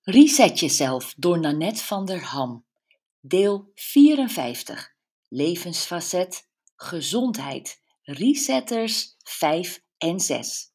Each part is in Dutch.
Reset jezelf door Nanette van der Ham. Deel 54. Levensfacet gezondheid. Resetters 5 en 6.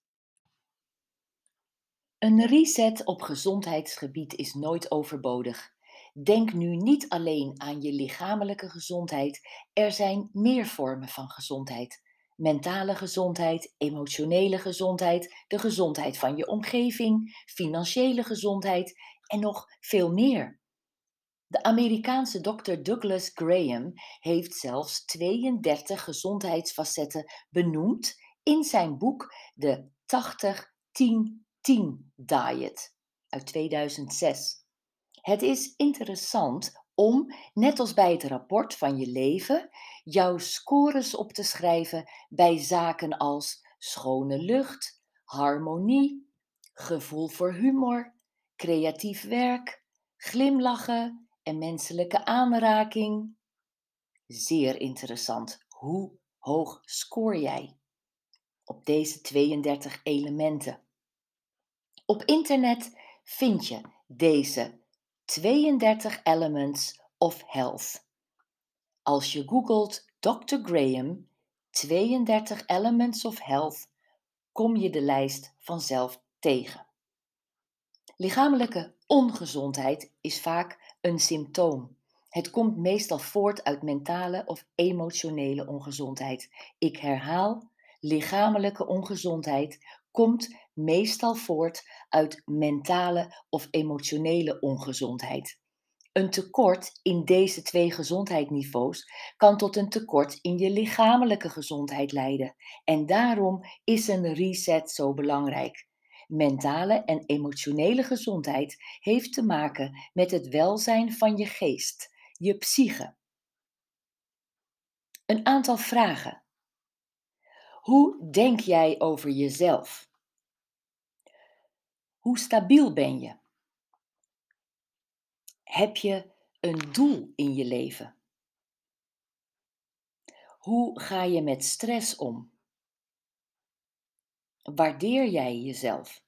Een reset op gezondheidsgebied is nooit overbodig. Denk nu niet alleen aan je lichamelijke gezondheid. Er zijn meer vormen van gezondheid. Mentale gezondheid, emotionele gezondheid, de gezondheid van je omgeving, financiële gezondheid en nog veel meer. De Amerikaanse dokter Douglas Graham heeft zelfs 32 gezondheidsfacetten benoemd in zijn boek de 80-10-10 Diet uit 2006. Het is interessant om, net als bij het rapport van je leven, jouw scores op te schrijven bij zaken als schone lucht, harmonie, gevoel voor humor, creatief werk, glimlachen en menselijke aanraking. Zeer interessant. Hoe hoog scoor jij op deze 32 elementen? Op internet vind je deze 32 Elements of Health. Als je googelt Dr. Graham 32 Elements of Health, kom je de lijst vanzelf tegen. Lichamelijke ongezondheid is vaak een symptoom. Het komt meestal voort uit mentale of emotionele ongezondheid. Ik herhaal, lichamelijke ongezondheid komt meestal voort uit mentale of emotionele ongezondheid. Een tekort in deze twee gezondheidsniveaus kan tot een tekort in je lichamelijke gezondheid leiden. En daarom is een reset zo belangrijk. Mentale en emotionele gezondheid heeft te maken met het welzijn van je geest, je psyche. Een aantal vragen. Hoe denk jij over jezelf? Hoe stabiel ben je? Heb je een doel in je leven? Hoe ga je met stress om? Waardeer jij jezelf?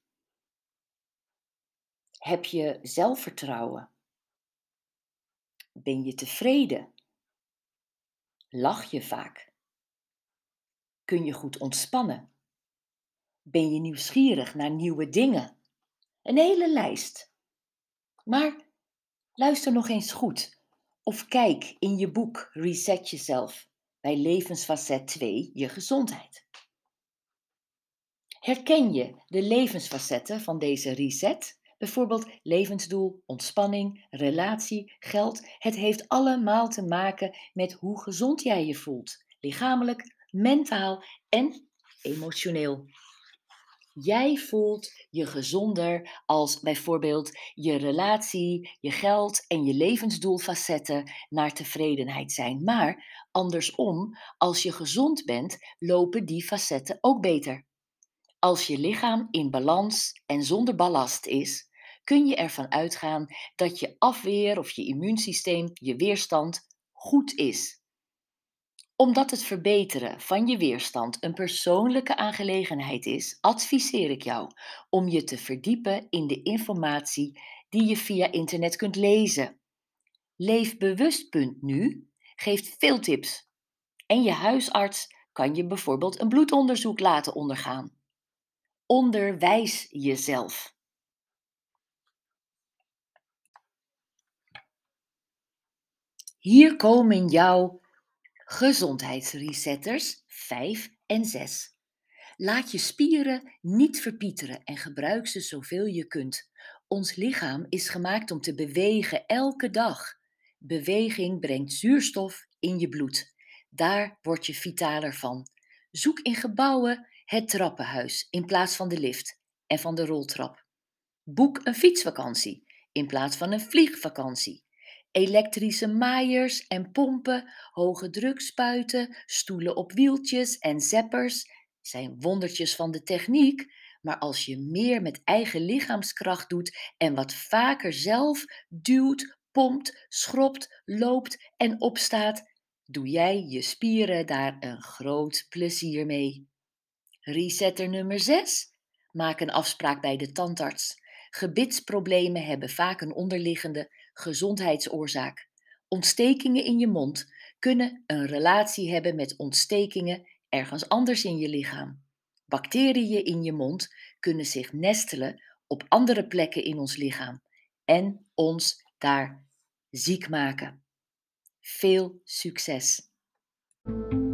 Heb je zelfvertrouwen? Ben je tevreden? Lach je vaak? Kun je goed ontspannen? Ben je nieuwsgierig naar nieuwe dingen? Een hele lijst. Maar luister nog eens goed of kijk in je boek Reset Jezelf bij levensfacet 2 je gezondheid. Herken je de levensfacetten van deze reset? Bijvoorbeeld levensdoel, ontspanning, relatie, geld. Het heeft allemaal te maken met hoe gezond jij je voelt. Lichamelijk, mentaal en emotioneel. Jij voelt je gezonder als bijvoorbeeld je relatie, je geld en je levensdoelfacetten naar tevredenheid zijn. Maar andersom, als je gezond bent, lopen die facetten ook beter. Als je lichaam in balans en zonder ballast is, kun je ervan uitgaan dat je afweer of je immuunsysteem, je weerstand, goed is. Omdat het verbeteren van je weerstand een persoonlijke aangelegenheid is, adviseer ik jou om je te verdiepen in de informatie die je via internet kunt lezen. Leefbewust.nu geeft veel tips. En je huisarts kan je bijvoorbeeld een bloedonderzoek laten ondergaan. Onderwijs jezelf. Hier komen jouw gezondheidsresetters 5 en 6. Laat je spieren niet verpieteren en gebruik ze zoveel je kunt. Ons lichaam is gemaakt om te bewegen elke dag. Beweging brengt zuurstof in je bloed. Daar word je vitaler van. Zoek in gebouwen het trappenhuis in plaats van de lift en van de roltrap. Boek een fietsvakantie in plaats van een vliegvakantie. Elektrische maaiers en pompen, hoge drukspuiten, stoelen op wieltjes en zappers zijn wondertjes van de techniek, maar als je meer met eigen lichaamskracht doet en wat vaker zelf duwt, pompt, schrobt, loopt en opstaat, doe jij je spieren daar een groot plezier mee. Resetter nummer 6. Maak een afspraak bij de tandarts. Gebitsproblemen hebben vaak een onderliggende gezondheidsoorzaak. Ontstekingen in je mond kunnen een relatie hebben met ontstekingen ergens anders in je lichaam. Bacteriën in je mond kunnen zich nestelen op andere plekken in ons lichaam en ons daar ziek maken. Veel succes!